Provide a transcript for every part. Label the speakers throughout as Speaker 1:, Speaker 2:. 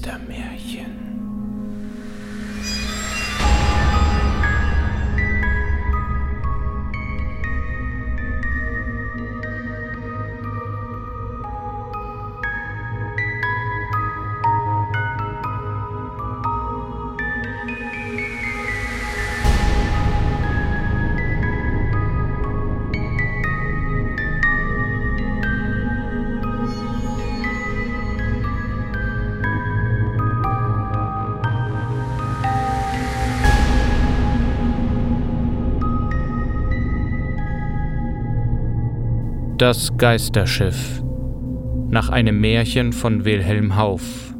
Speaker 1: Geistermärchen. Das Geisterschiff nach einem Märchen von Wilhelm Hauff.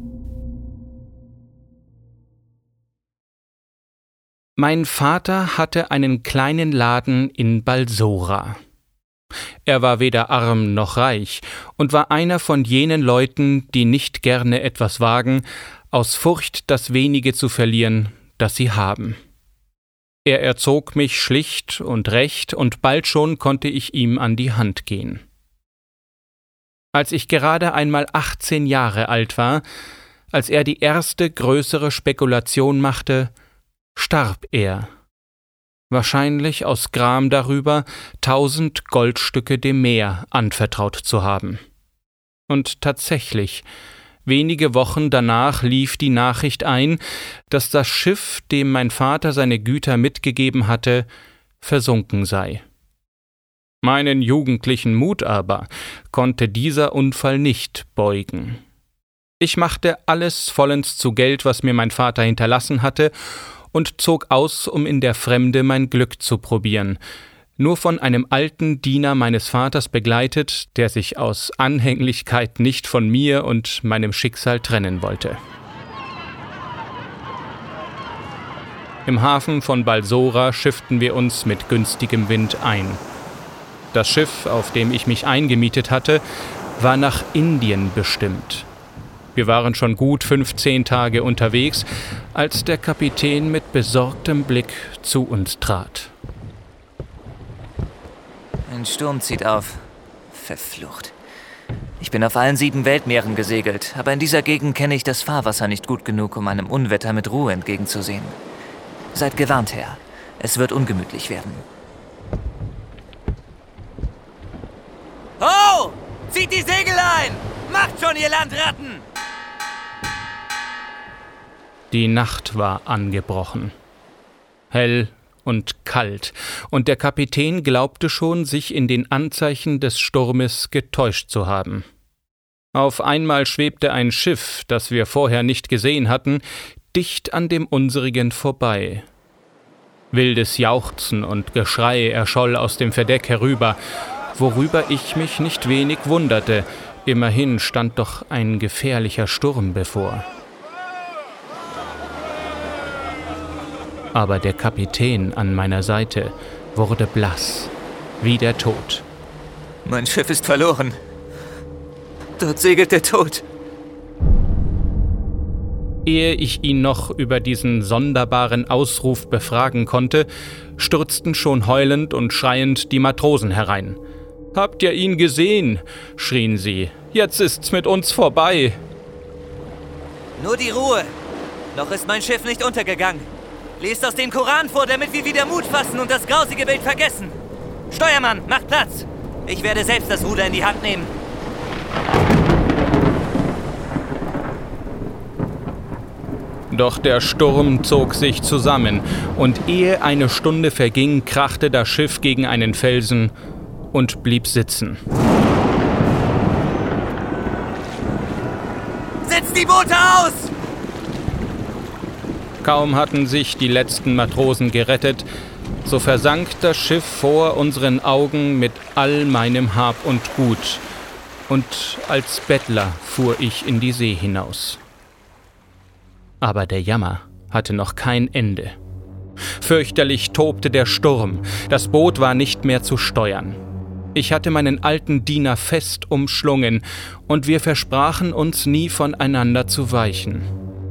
Speaker 1: Mein Vater hatte einen kleinen Laden in Balsora. Er war weder arm noch reich und war einer von jenen Leuten, die nicht gerne etwas wagen, aus Furcht, das wenige zu verlieren, das sie haben. Er erzog mich schlicht und recht, und bald schon konnte ich ihm an die Hand gehen. Als ich gerade einmal 18 Jahre alt war, als er die erste größere Spekulation machte, starb er. Wahrscheinlich aus Gram darüber, 1000 Goldstücke dem Meer anvertraut zu haben. Und tatsächlich, wenige Wochen danach lief die Nachricht ein, dass das Schiff, dem mein Vater seine Güter mitgegeben hatte, versunken sei. Meinen jugendlichen Mut aber konnte dieser Unfall nicht beugen. Ich machte alles vollends zu Geld, was mir mein Vater hinterlassen hatte, und zog aus, um in der Fremde mein Glück zu probieren, nur von einem alten Diener meines Vaters begleitet, der sich aus Anhänglichkeit nicht von mir und meinem Schicksal trennen wollte. Im Hafen von Balsora schifften wir uns mit günstigem Wind ein. Das Schiff, auf dem ich mich eingemietet hatte, war nach Indien bestimmt. Wir waren schon gut 15 Tage unterwegs, als der Kapitän mit besorgtem Blick zu uns trat.
Speaker 2: Ein Sturm zieht auf. Verflucht. Ich bin auf allen 7 Weltmeeren gesegelt, aber in dieser Gegend kenne ich das Fahrwasser nicht gut genug, um einem Unwetter mit Ruhe entgegenzusehen. Seid gewarnt, Herr. Es wird ungemütlich werden. Ho! Zieht die Segel ein! Macht schon, ihr Landratten!
Speaker 1: Die Nacht war angebrochen. Hell und kalt, und der Kapitän glaubte schon, sich in den Anzeichen des Sturmes getäuscht zu haben. Auf einmal schwebte ein Schiff, das wir vorher nicht gesehen hatten, dicht an dem unsrigen vorbei. Wildes Jauchzen und Geschrei erscholl aus dem Verdeck herüber, worüber ich mich nicht wenig wunderte, immerhin stand doch ein gefährlicher Sturm bevor. Aber der Kapitän an meiner Seite wurde blass, wie der Tod.
Speaker 2: Mein Schiff ist verloren. Dort segelt der Tod.
Speaker 1: Ehe ich ihn noch über diesen sonderbaren Ausruf befragen konnte, stürzten schon heulend und schreiend die Matrosen herein. »Habt ihr ihn gesehen?« schrien sie. »Jetzt ist's mit uns vorbei!«
Speaker 2: Nur die Ruhe! Noch ist mein Schiff nicht untergegangen. Lest aus dem Koran vor, damit wir wieder Mut fassen und das grausige Bild vergessen. Steuermann, macht Platz! Ich werde selbst das Ruder in die Hand nehmen.
Speaker 1: Doch der Sturm zog sich zusammen, und ehe eine Stunde verging, krachte das Schiff gegen einen Felsen und blieb sitzen.
Speaker 2: Setzt die Boote aus!
Speaker 1: Kaum hatten sich die letzten Matrosen gerettet, so versank das Schiff vor unseren Augen mit all meinem Hab und Gut, und als Bettler fuhr ich in die See hinaus. Aber der Jammer hatte noch kein Ende. Fürchterlich tobte der Sturm, das Boot war nicht mehr zu steuern. Ich hatte meinen alten Diener fest umschlungen, und wir versprachen uns nie voneinander zu weichen.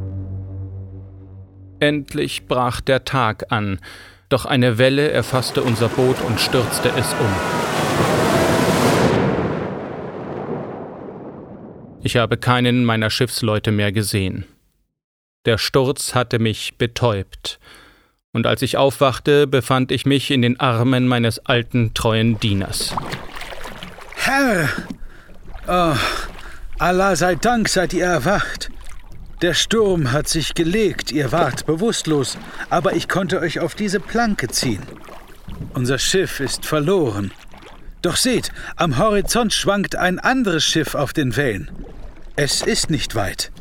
Speaker 1: Endlich brach der Tag an, doch eine Welle erfasste unser Boot und stürzte es um. Ich habe keinen meiner Schiffsleute mehr gesehen. Der Sturz hatte mich betäubt, und als ich aufwachte, befand ich mich in den Armen meines alten, treuen Dieners.
Speaker 3: Herr! Oh, Allah sei Dank, seid ihr erwacht. Der Sturm hat sich gelegt, ihr wart bewusstlos, aber ich konnte euch auf diese Planke ziehen. Unser Schiff ist verloren. Doch seht, am Horizont schwankt ein anderes Schiff auf den Wellen. Es ist nicht weit.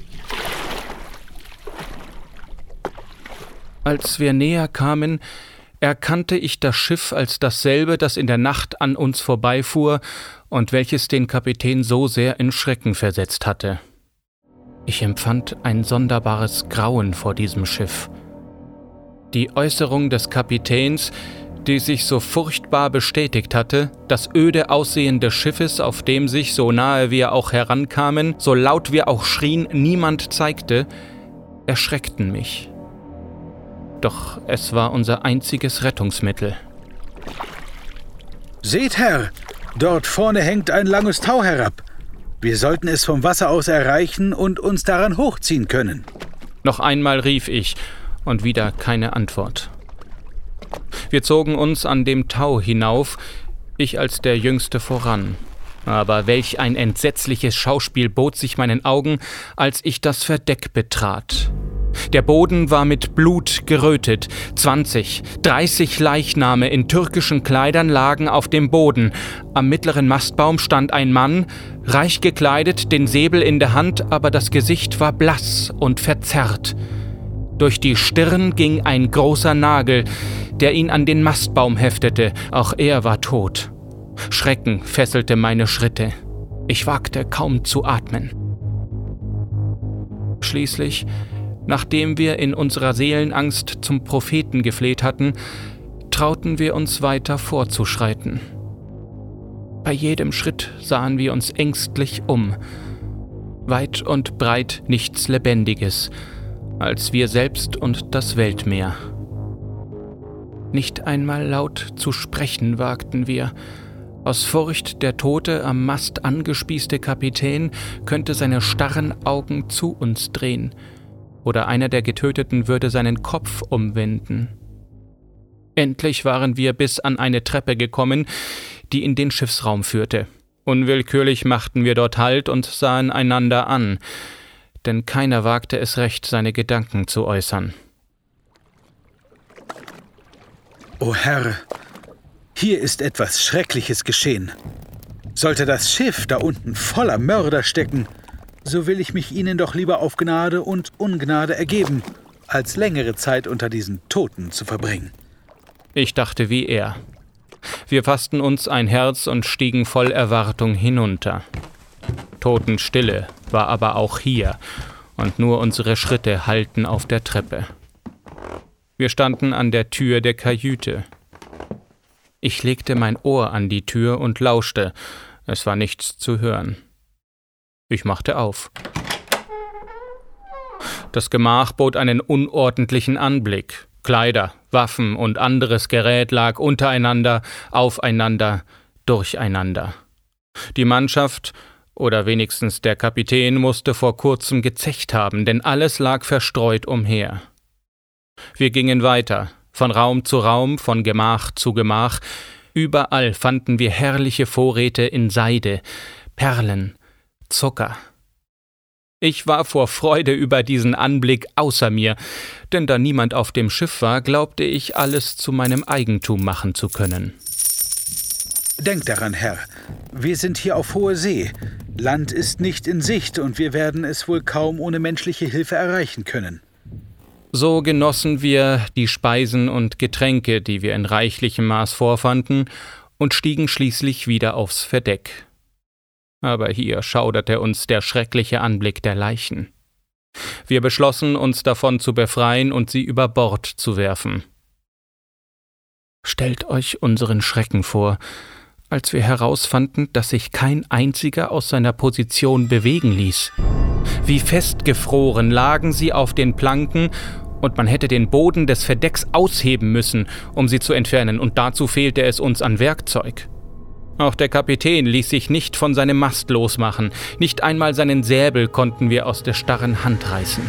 Speaker 1: Als wir näher kamen, erkannte ich das Schiff als dasselbe, das in der Nacht an uns vorbeifuhr und welches den Kapitän so sehr in Schrecken versetzt hatte. Ich empfand ein sonderbares Grauen vor diesem Schiff. Die Äußerung des Kapitäns, die sich so furchtbar bestätigt hatte, das öde Aussehen des Schiffes, auf dem sich, so nahe wir auch herankamen, so laut wir auch schrien, niemand zeigte, erschreckten mich. Doch es war unser einziges Rettungsmittel.
Speaker 3: Seht, Herr, dort vorne hängt ein langes Tau herab. Wir sollten es vom Wasser aus erreichen und uns daran hochziehen können.
Speaker 1: Noch einmal rief ich, und wieder keine Antwort. Wir zogen uns an dem Tau hinauf, ich als der Jüngste voran. Aber welch ein entsetzliches Schauspiel bot sich meinen Augen, als ich das Verdeck betrat. Der Boden war mit Blut gerötet. 20, 30 Leichname in türkischen Kleidern lagen auf dem Boden. Am mittleren Mastbaum stand ein Mann, reich gekleidet, den Säbel in der Hand, aber das Gesicht war blass und verzerrt. Durch die Stirn ging ein großer Nagel, der ihn an den Mastbaum heftete. Auch er war tot. Schrecken fesselte meine Schritte. Ich wagte kaum zu atmen. Schließlich, nachdem wir in unserer Seelenangst zum Propheten gefleht hatten, trauten wir uns weiter vorzuschreiten. Bei jedem Schritt sahen wir uns ängstlich um. Weit und breit nichts Lebendiges, als wir selbst und das Weltmeer. Nicht einmal laut zu sprechen wagten wir. Aus Furcht, der tote, am Mast angespießte Kapitän könnte seine starren Augen zu uns drehen, oder einer der Getöteten würde seinen Kopf umwenden. Endlich waren wir bis an eine Treppe gekommen, die in den Schiffsraum führte. Unwillkürlich machten wir dort Halt und sahen einander an, denn keiner wagte es recht, seine Gedanken zu äußern.
Speaker 3: O Herr, hier ist etwas Schreckliches geschehen. Sollte das Schiff da unten voller Mörder stecken, so will ich mich ihnen doch lieber auf Gnade und Ungnade ergeben, als längere Zeit unter diesen Toten zu verbringen.
Speaker 1: Ich dachte wie er. Wir fassten uns ein Herz und stiegen voll Erwartung hinunter. Totenstille war aber auch hier, und nur unsere Schritte hallten auf der Treppe. Wir standen an der Tür der Kajüte. Ich legte mein Ohr an die Tür und lauschte. Es war nichts zu hören. Ich machte auf. Das Gemach bot einen unordentlichen Anblick. Kleider, Waffen und anderes Gerät lag untereinander, aufeinander, durcheinander. Die Mannschaft, oder wenigstens der Kapitän, musste vor kurzem gezecht haben, denn alles lag verstreut umher. Wir gingen weiter, von Raum zu Raum, von Gemach zu Gemach. Überall fanden wir herrliche Vorräte in Seide, Perlen, Zucker. Ich war vor Freude über diesen Anblick außer mir, denn da niemand auf dem Schiff war, glaubte ich, alles zu meinem Eigentum machen zu können.
Speaker 3: Denkt daran, Herr, wir sind hier auf hoher See. Land ist nicht in Sicht und wir werden es wohl kaum ohne menschliche Hilfe erreichen können.
Speaker 1: So genossen wir die Speisen und Getränke, die wir in reichlichem Maß vorfanden, und stiegen schließlich wieder aufs Verdeck. Aber hier schauderte uns der schreckliche Anblick der Leichen. Wir beschlossen, uns davon zu befreien und sie über Bord zu werfen. Stellt euch unseren Schrecken vor, als wir herausfanden, dass sich kein einziger aus seiner Position bewegen ließ. Wie festgefroren lagen sie auf den Planken, und man hätte den Boden des Verdecks ausheben müssen, um sie zu entfernen, und dazu fehlte es uns an Werkzeug. Auch der Kapitän ließ sich nicht von seinem Mast losmachen. Nicht einmal seinen Säbel konnten wir aus der starren Hand reißen.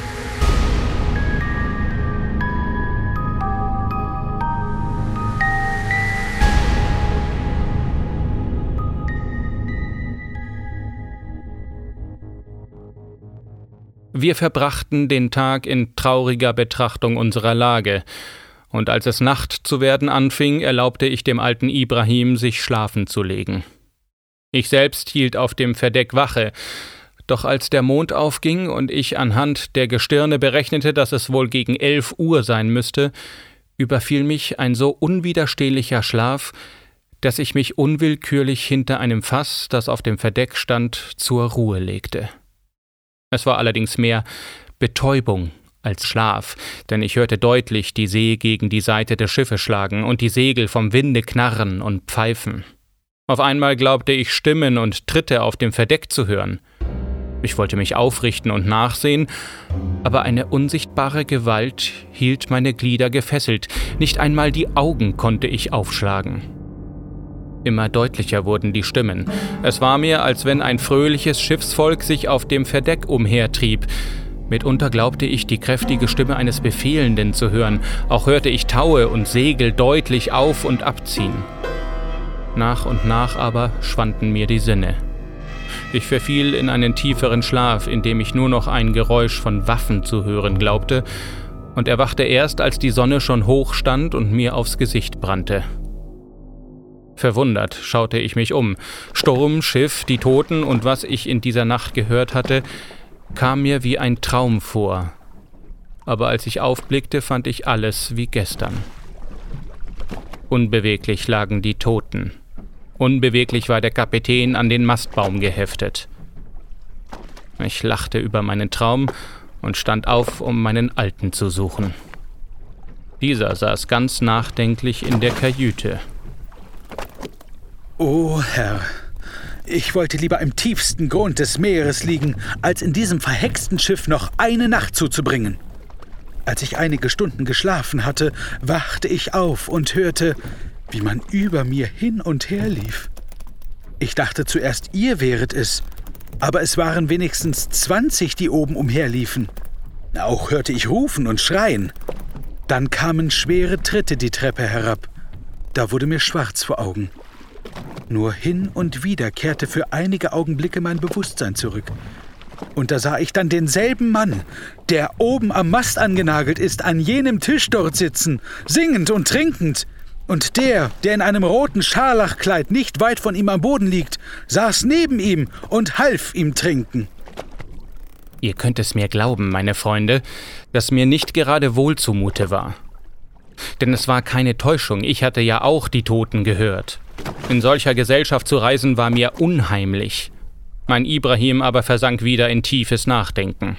Speaker 1: Wir verbrachten den Tag in trauriger Betrachtung unserer Lage, und als es Nacht zu werden anfing, erlaubte ich dem alten Ibrahim, sich schlafen zu legen. Ich selbst hielt auf dem Verdeck Wache, doch als der Mond aufging und ich anhand der Gestirne berechnete, dass es wohl gegen 11 Uhr sein müsste, überfiel mich ein so unwiderstehlicher Schlaf, dass ich mich unwillkürlich hinter einem Fass, das auf dem Verdeck stand, zur Ruhe legte. Es war allerdings mehr Betäubung als Schlaf, denn ich hörte deutlich die See gegen die Seite des Schiffes schlagen und die Segel vom Winde knarren und pfeifen. Auf einmal glaubte ich Stimmen und Tritte auf dem Verdeck zu hören. Ich wollte mich aufrichten und nachsehen, aber eine unsichtbare Gewalt hielt meine Glieder gefesselt, nicht einmal die Augen konnte ich aufschlagen. Immer deutlicher wurden die Stimmen. Es war mir, als wenn ein fröhliches Schiffsvolk sich auf dem Verdeck umhertrieb. Mitunter glaubte ich, die kräftige Stimme eines Befehlenden zu hören. Auch hörte ich Taue und Segel deutlich auf- und abziehen. Nach und nach aber schwanden mir die Sinne. Ich verfiel in einen tieferen Schlaf, in dem ich nur noch ein Geräusch von Waffen zu hören glaubte, und erwachte erst, als die Sonne schon hoch stand und mir aufs Gesicht brannte. Verwundert schaute ich mich um. Sturm, Schiff, die Toten und was ich in dieser Nacht gehört hatte, kam mir wie ein Traum vor. Aber als ich aufblickte, fand ich alles wie gestern. Unbeweglich lagen die Toten. Unbeweglich war der Kapitän an den Mastbaum geheftet. Ich lachte über meinen Traum und stand auf, um meinen Alten zu suchen. Dieser saß ganz nachdenklich in der Kajüte.
Speaker 3: O Herr, ich wollte lieber im tiefsten Grund des Meeres liegen, als in diesem verhexten Schiff noch eine Nacht zuzubringen. Als ich einige Stunden geschlafen hatte, wachte ich auf und hörte, wie man über mir hin und her lief. Ich dachte zuerst, ihr wäret es, aber es waren wenigstens 20, die oben umherliefen. Auch hörte ich rufen und schreien. Dann kamen schwere Tritte die Treppe herab. Da wurde mir schwarz vor Augen. Nur hin und wieder kehrte für einige Augenblicke mein Bewusstsein zurück. Und da sah ich dann denselben Mann, der oben am Mast angenagelt ist, an jenem Tisch dort sitzen, singend und trinkend. Und der in einem roten Scharlachkleid nicht weit von ihm am Boden liegt, saß neben ihm und half ihm trinken.
Speaker 1: Ihr könnt es mir glauben, meine Freunde, dass mir nicht gerade wohl zumute war. Denn es war keine Täuschung, ich hatte ja auch die Toten gehört. In solcher Gesellschaft zu reisen war mir unheimlich. Mein Ibrahim aber versank wieder in tiefes Nachdenken.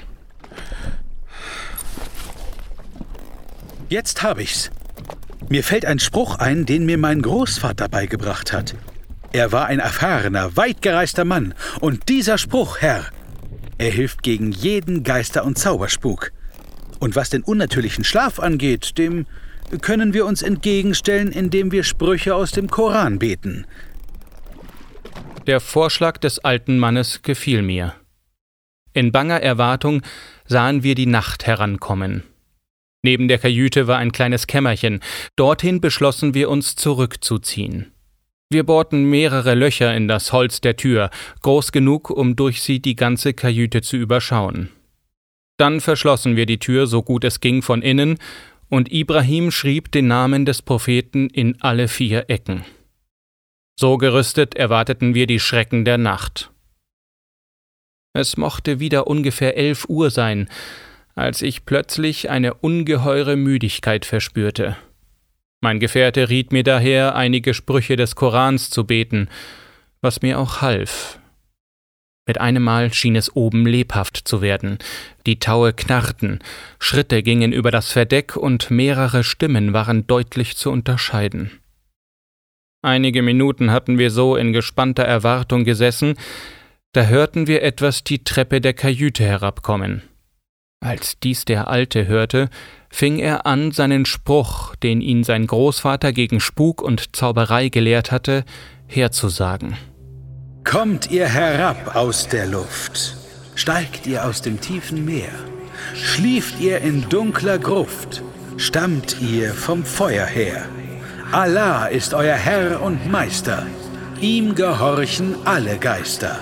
Speaker 3: Jetzt habe ich's. Mir fällt ein Spruch ein, den mir mein Großvater beigebracht hat. Er war ein erfahrener, weitgereister Mann. Und dieser Spruch, Herr, er hilft gegen jeden Geister- und Zauberspuk. Und was den unnatürlichen Schlaf angeht, dem können wir uns entgegenstellen, indem wir Sprüche aus dem Koran beten.
Speaker 1: Der Vorschlag des alten Mannes gefiel mir. In banger Erwartung sahen wir die Nacht herankommen. Neben der Kajüte war ein kleines Kämmerchen. Dorthin beschlossen wir uns zurückzuziehen. Wir bohrten mehrere Löcher in das Holz der Tür, groß genug, um durch sie die ganze Kajüte zu überschauen. Dann verschlossen wir die Tür, so gut es ging, von innen, und Ibrahim schrieb den Namen des Propheten in alle 4 Ecken. So gerüstet erwarteten wir die Schrecken der Nacht. Es mochte wieder ungefähr 11 Uhr sein, als ich plötzlich eine ungeheure Müdigkeit verspürte. Mein Gefährte riet mir daher, einige Sprüche des Korans zu beten, was mir auch half. Mit einem Mal schien es oben lebhaft zu werden. Die Taue knarrten, Schritte gingen über das Verdeck und mehrere Stimmen waren deutlich zu unterscheiden. Einige Minuten hatten wir so in gespannter Erwartung gesessen, da hörten wir etwas die Treppe der Kajüte herabkommen. Als dies der Alte hörte, fing er an, seinen Spruch, den ihn sein Großvater gegen Spuk und Zauberei gelehrt hatte, herzusagen.
Speaker 3: Kommt ihr herab aus der Luft, steigt ihr aus dem tiefen Meer, schlieft ihr in dunkler Gruft, stammt ihr vom Feuer her. Allah ist euer Herr und Meister, ihm gehorchen alle Geister.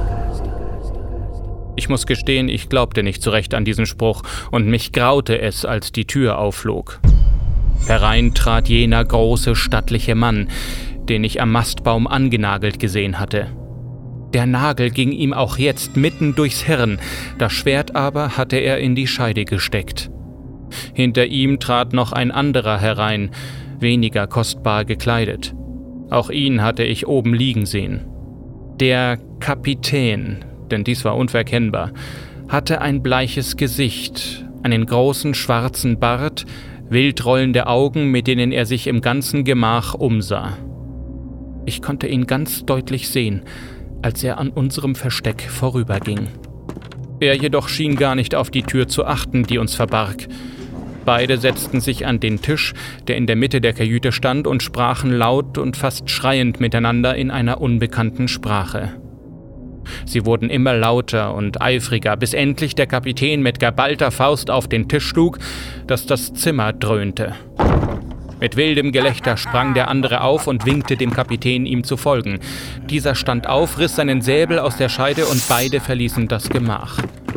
Speaker 1: Ich muss gestehen, ich glaubte nicht so recht an diesen Spruch, und mich graute es, als die Tür aufflog. Herein trat jener große, stattliche Mann, den ich am Mastbaum angenagelt gesehen hatte. Der Nagel ging ihm auch jetzt mitten durchs Hirn, das Schwert aber hatte er in die Scheide gesteckt. Hinter ihm trat noch ein anderer herein, weniger kostbar gekleidet. Auch ihn hatte ich oben liegen sehen. Der Kapitän, denn dies war unverkennbar, hatte ein bleiches Gesicht, einen großen schwarzen Bart, wild rollende Augen, mit denen er sich im ganzen Gemach umsah. Ich konnte ihn ganz deutlich sehen, als er an unserem Versteck vorüberging. Er jedoch schien gar nicht auf die Tür zu achten, die uns verbarg. Beide setzten sich an den Tisch, der in der Mitte der Kajüte stand, und sprachen laut und fast schreiend miteinander in einer unbekannten Sprache. Sie wurden immer lauter und eifriger, bis endlich der Kapitän mit geballter Faust auf den Tisch schlug, dass das Zimmer dröhnte. Mit wildem Gelächter sprang der andere auf und winkte dem Kapitän, ihm zu folgen. Dieser stand auf, riss seinen Säbel aus der Scheide und beide verließen das Gemach.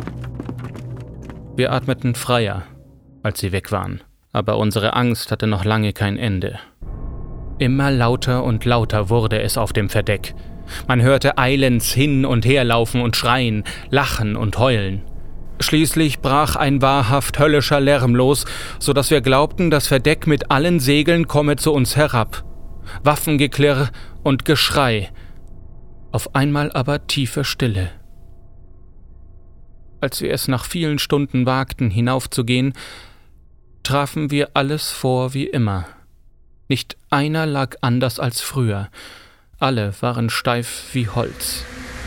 Speaker 1: Wir atmeten freier, als sie weg waren, aber unsere Angst hatte noch lange kein Ende. Immer lauter und lauter wurde es auf dem Verdeck. Man hörte eilends hin und her laufen und schreien, lachen und heulen. Schließlich brach ein wahrhaft höllischer Lärm los, so dass wir glaubten, das Verdeck mit allen Segeln komme zu uns herab. Waffengeklirr und Geschrei. Auf einmal aber tiefe Stille. Als wir es nach vielen Stunden wagten, hinaufzugehen, trafen wir alles vor wie immer. Nicht einer lag anders als früher. Alle waren steif wie Holz.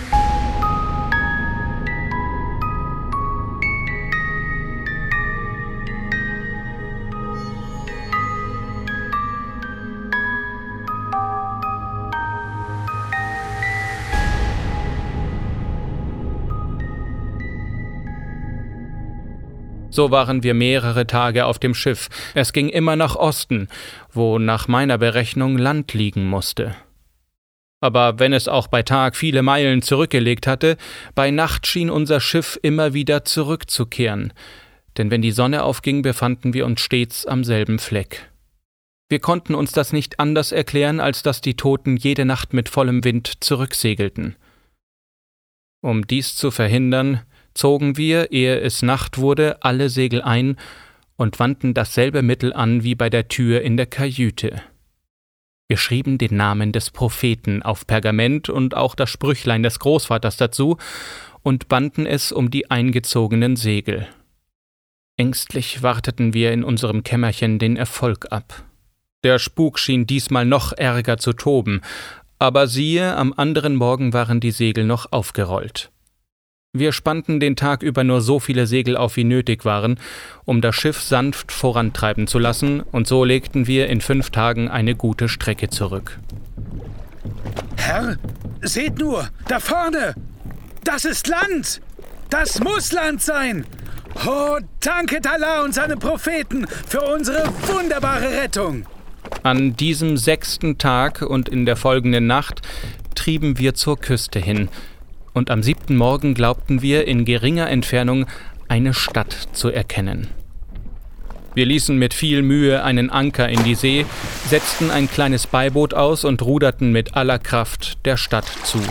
Speaker 1: So waren wir mehrere Tage auf dem Schiff. Es ging immer nach Osten, wo nach meiner Berechnung Land liegen musste. Aber wenn es auch bei Tag viele Meilen zurückgelegt hatte, bei Nacht schien unser Schiff immer wieder zurückzukehren, denn wenn die Sonne aufging, befanden wir uns stets am selben Fleck. Wir konnten uns das nicht anders erklären, als dass die Toten jede Nacht mit vollem Wind zurücksegelten. Um dies zu verhindern, zogen wir, ehe es Nacht wurde, alle Segel ein und wandten dasselbe Mittel an wie bei der Tür in der Kajüte. Wir schrieben den Namen des Propheten auf Pergament und auch das Sprüchlein des Großvaters dazu und banden es um die eingezogenen Segel. Ängstlich warteten wir in unserem Kämmerchen den Erfolg ab. Der Spuk schien diesmal noch ärger zu toben, aber siehe, am anderen Morgen waren die Segel noch aufgerollt. Wir spannten den Tag über nur so viele Segel auf, wie nötig waren, um das Schiff sanft vorantreiben zu lassen, und so legten wir in 5 Tagen eine gute Strecke zurück.
Speaker 3: Herr, seht nur, da vorne! Das ist Land! Das muss Land sein! Oh, danket Allah und seine Propheten für unsere wunderbare Rettung!
Speaker 1: An diesem 6. Tag und in der folgenden Nacht trieben wir zur Küste hin, und am 7. Morgen glaubten wir, in geringer Entfernung eine Stadt zu erkennen. Wir ließen mit viel Mühe einen Anker in die See, setzten ein kleines Beiboot aus und ruderten mit aller Kraft der Stadt zu.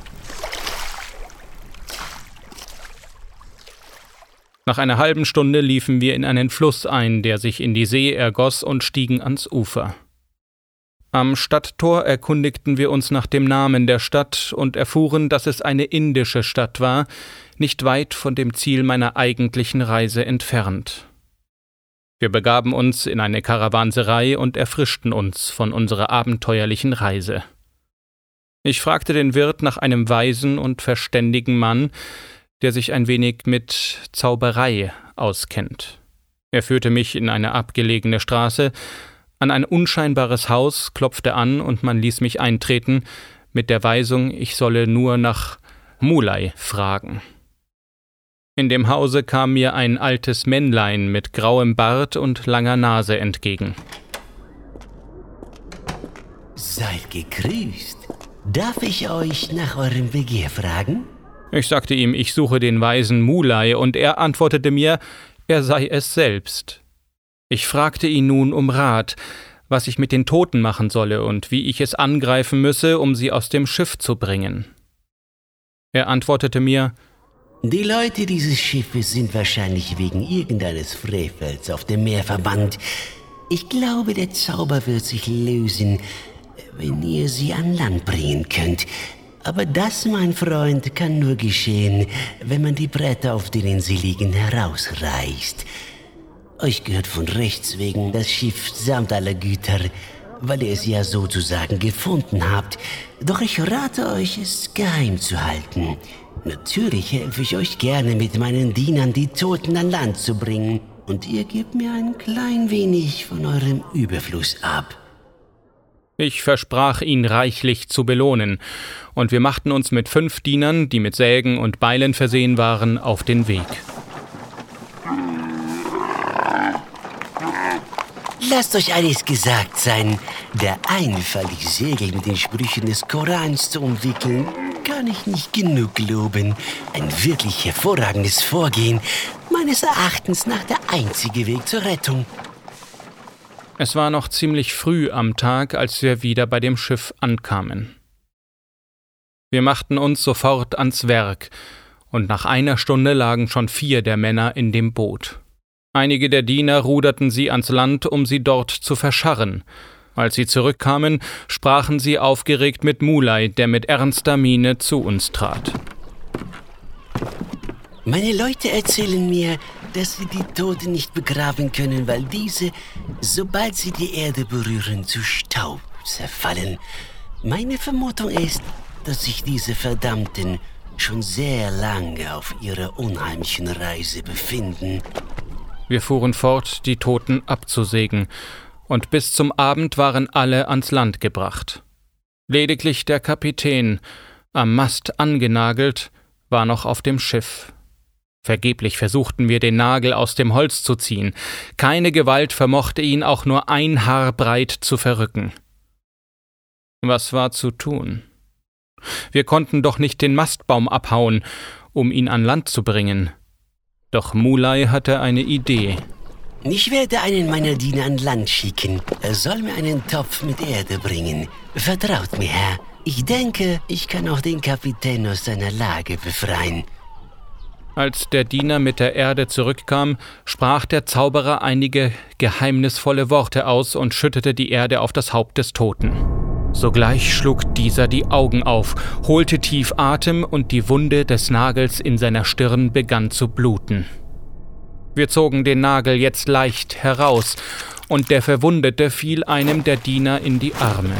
Speaker 1: Nach einer halben Stunde liefen wir in einen Fluss ein, der sich in die See ergoss, und stiegen ans Ufer. Am Stadttor erkundigten wir uns nach dem Namen der Stadt und erfuhren, dass es eine indische Stadt war, nicht weit von dem Ziel meiner eigentlichen Reise entfernt. Wir begaben uns in eine Karawanserei und erfrischten uns von unserer abenteuerlichen Reise. Ich fragte den Wirt nach einem weisen und verständigen Mann, der sich ein wenig mit Zauberei auskennt. Er führte mich in eine abgelegene Straße, an ein unscheinbares Haus, klopfte an und man ließ mich eintreten, mit der Weisung, ich solle nur nach Muley fragen. In dem Hause kam mir ein altes Männlein mit grauem Bart und langer Nase entgegen.
Speaker 4: Seid gegrüßt. Darf ich euch nach eurem Begehr fragen?
Speaker 1: Ich sagte ihm, ich suche den weisen Muley, und er antwortete mir, er sei es selbst. Ich fragte ihn nun um Rat, was ich mit den Toten machen solle und wie ich es angreifen müsse, um sie aus dem Schiff zu bringen. Er antwortete mir,
Speaker 4: die Leute dieses Schiffes sind wahrscheinlich wegen irgendeines Frevels auf dem Meer verbannt. Ich glaube, der Zauber wird sich lösen, wenn ihr sie an Land bringen könnt. Aber das, mein Freund, kann nur geschehen, wenn man die Bretter, auf denen sie liegen, herausreißt. Euch gehört von Rechts wegen das Schiff samt aller Güter, weil ihr es ja sozusagen gefunden habt. Doch ich rate euch, es geheim zu halten. Natürlich helfe ich euch gerne, mit meinen Dienern die Toten an Land zu bringen. Und ihr gebt mir ein klein wenig von eurem Überfluss ab.
Speaker 1: Ich versprach, ihn reichlich zu belohnen, und wir machten uns mit 5 Dienern, die mit Sägen und Beilen versehen waren, auf den Weg.
Speaker 4: Lasst euch eines gesagt sein, der Einfall, die Segel mit den Sprüchen des Korans zu umwickeln, kann ich nicht genug loben. Ein wirklich hervorragendes Vorgehen, meines Erachtens nach der einzige Weg zur Rettung.
Speaker 1: Es war noch ziemlich früh am Tag, als wir wieder bei dem Schiff ankamen. Wir machten uns sofort ans Werk, und nach einer Stunde lagen schon 4 der Männer in dem Boot. Einige der Diener ruderten sie ans Land, um sie dort zu verscharren. Als sie zurückkamen, sprachen sie aufgeregt mit Muley, der mit ernster Miene zu uns trat.
Speaker 4: Meine Leute erzählen mir, dass sie die Toten nicht begraben können, weil diese, sobald sie die Erde berühren, zu Staub zerfallen. Meine Vermutung ist, dass sich diese Verdammten schon sehr lange auf ihrer unheimlichen Reise befinden.
Speaker 1: Wir fuhren fort, die Toten abzusägen, und bis zum Abend waren alle ans Land gebracht. Lediglich der Kapitän, am Mast angenagelt, war noch auf dem Schiff. Vergeblich versuchten wir, den Nagel aus dem Holz zu ziehen. Keine Gewalt vermochte ihn auch nur ein Haar breit zu verrücken. Was war zu tun? Wir konnten doch nicht den Mastbaum abhauen, um ihn an Land zu bringen. Doch Muley hatte eine Idee.
Speaker 4: Ich werde einen meiner Diener an Land schicken. Er soll mir einen Topf mit Erde bringen. Vertraut mir, Herr. Ich denke, ich kann auch den Kapitän aus seiner Lage befreien.
Speaker 1: Als der Diener mit der Erde zurückkam, sprach der Zauberer einige geheimnisvolle Worte aus und schüttete die Erde auf das Haupt des Toten. Sogleich schlug dieser die Augen auf, holte tief Atem, und die Wunde des Nagels in seiner Stirn begann zu bluten. Wir zogen den Nagel jetzt leicht heraus, und der Verwundete fiel einem der Diener in die Arme.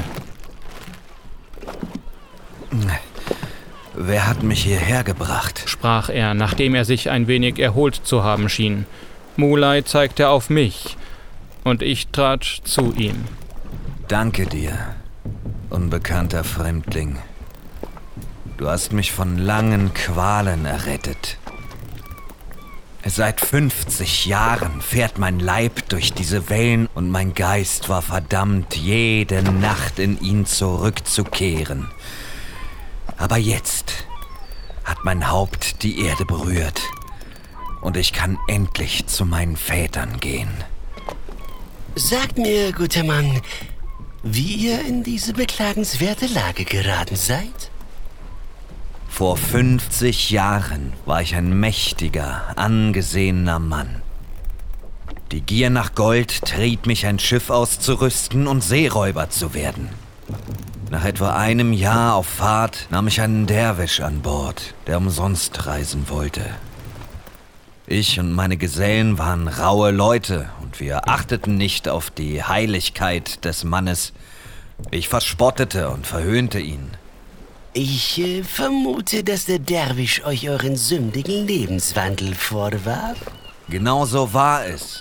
Speaker 5: »Wer hat mich hierher gebracht?«
Speaker 1: sprach er, nachdem er sich ein wenig erholt zu haben schien. Muley zeigte auf mich, und ich trat zu ihm.
Speaker 5: »Danke dir, unbekannter Fremdling. Du hast mich von langen Qualen errettet. Seit 50 Jahren fährt mein Leib durch diese Wellen und mein Geist war verdammt, jede Nacht in ihn zurückzukehren. Aber jetzt hat mein Haupt die Erde berührt und ich kann endlich zu meinen Vätern gehen.«
Speaker 4: Sagt mir, guter Mann, wie ihr in diese beklagenswerte Lage geraten seid?
Speaker 5: Vor 50 Jahren war ich ein mächtiger, angesehener Mann. Die Gier nach Gold trieb mich, ein Schiff auszurüsten und Seeräuber zu werden. Nach etwa einem Jahr auf Fahrt nahm ich einen Derwisch an Bord, der umsonst reisen wollte. Ich und meine Gesellen waren raue Leute und wir achteten nicht auf die Heiligkeit des Mannes. Ich verspottete und verhöhnte ihn.
Speaker 4: Ich vermute, dass der Derwisch euch euren sündigen Lebenswandel vorwarf.
Speaker 5: Genau so war es.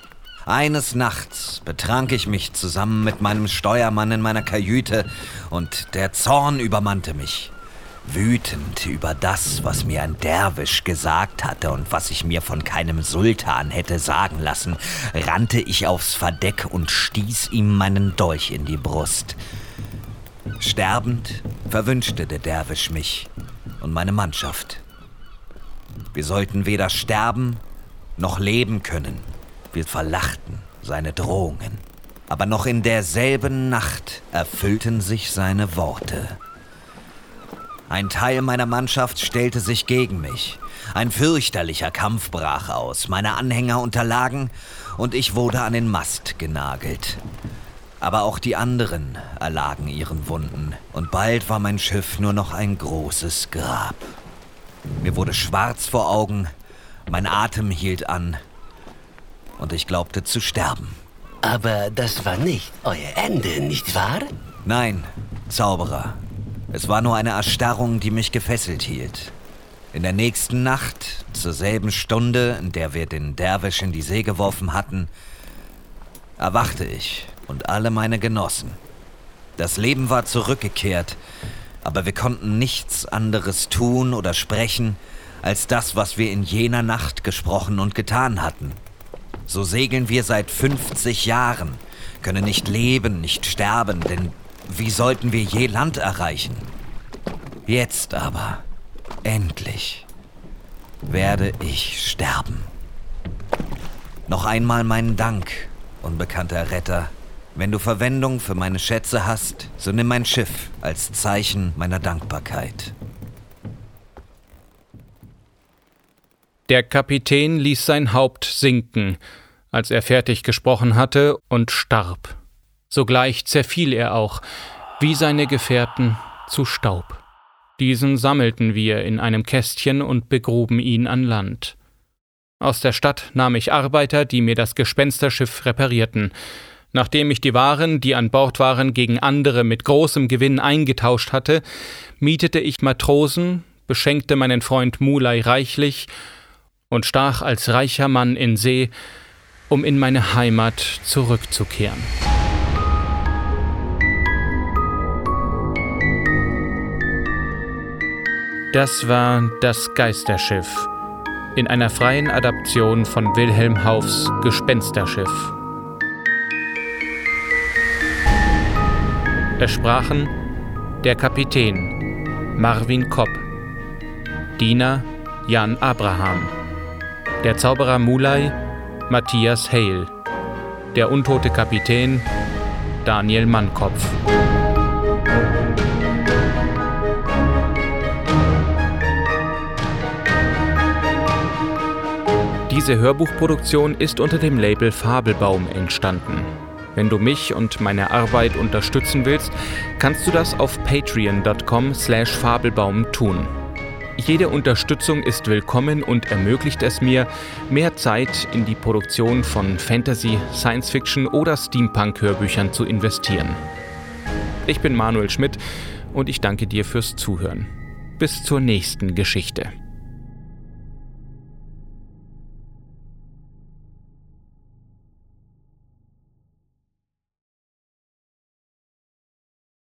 Speaker 5: Eines Nachts betrank ich mich zusammen mit meinem Steuermann in meiner Kajüte und der Zorn übermannte mich. Wütend über das, was mir ein Derwisch gesagt hatte und was ich mir von keinem Sultan hätte sagen lassen, rannte ich aufs Verdeck und stieß ihm meinen Dolch in die Brust. Sterbend verwünschte der Derwisch mich und meine Mannschaft. Wir sollten weder sterben noch leben können. Wir verlachten seine Drohungen. Aber noch in derselben Nacht erfüllten sich seine Worte. Ein Teil meiner Mannschaft stellte sich gegen mich. Ein fürchterlicher Kampf brach aus. Meine Anhänger unterlagen und ich wurde an den Mast genagelt. Aber auch die anderen erlagen ihren Wunden. Und bald war mein Schiff nur noch ein großes Grab. Mir wurde schwarz vor Augen, mein Atem hielt an und ich glaubte zu sterben.
Speaker 4: Aber das war nicht euer Ende, nicht wahr?
Speaker 5: Nein, Zauberer. Es war nur eine Erstarrung, die mich gefesselt hielt. In der nächsten Nacht, zur selben Stunde, in der wir den Derwisch in die See geworfen hatten, erwachte ich und alle meine Genossen. Das Leben war zurückgekehrt, aber wir konnten nichts anderes tun oder sprechen, als das, was wir in jener Nacht gesprochen und getan hatten. So segeln wir seit 50 Jahren, können nicht leben, nicht sterben, denn wie sollten wir je Land erreichen? Jetzt aber, endlich, werde ich sterben. Noch einmal meinen Dank, unbekannter Retter. Wenn du Verwendung für meine Schätze hast, so nimm mein Schiff als Zeichen meiner Dankbarkeit.
Speaker 1: Der Kapitän ließ sein Haupt sinken, als er fertig gesprochen hatte, und starb. Sogleich zerfiel er auch, wie seine Gefährten, zu Staub. Diesen sammelten wir in einem Kästchen und begruben ihn an Land. Aus der Stadt nahm ich Arbeiter, die mir das Gespensterschiff reparierten. Nachdem ich die Waren, die an Bord waren, gegen andere mit großem Gewinn eingetauscht hatte, mietete ich Matrosen, beschenkte meinen Freund Muley reichlich und stach als reicher Mann in See, um in meine Heimat zurückzukehren. Das war Das Geisterschiff, in einer freien Adaption von Wilhelm Hauffs Gespensterschiff. Es sprachen der Kapitän Marvin Kopp, Diener Jan Abraham, der Zauberer Muley Matthias Hale, der untote Kapitän Daniel Mannkopf. Diese Hörbuchproduktion ist unter dem Label Fabelbaum entstanden. Wenn du mich und meine Arbeit unterstützen willst, kannst du das auf patreon.com/Fabelbaum tun. Jede Unterstützung ist willkommen und ermöglicht es mir, mehr Zeit in die Produktion von Fantasy, Science-Fiction oder Steampunk-Hörbüchern zu investieren. Ich bin Manuel Schmidt und ich danke dir fürs Zuhören. Bis zur nächsten Geschichte.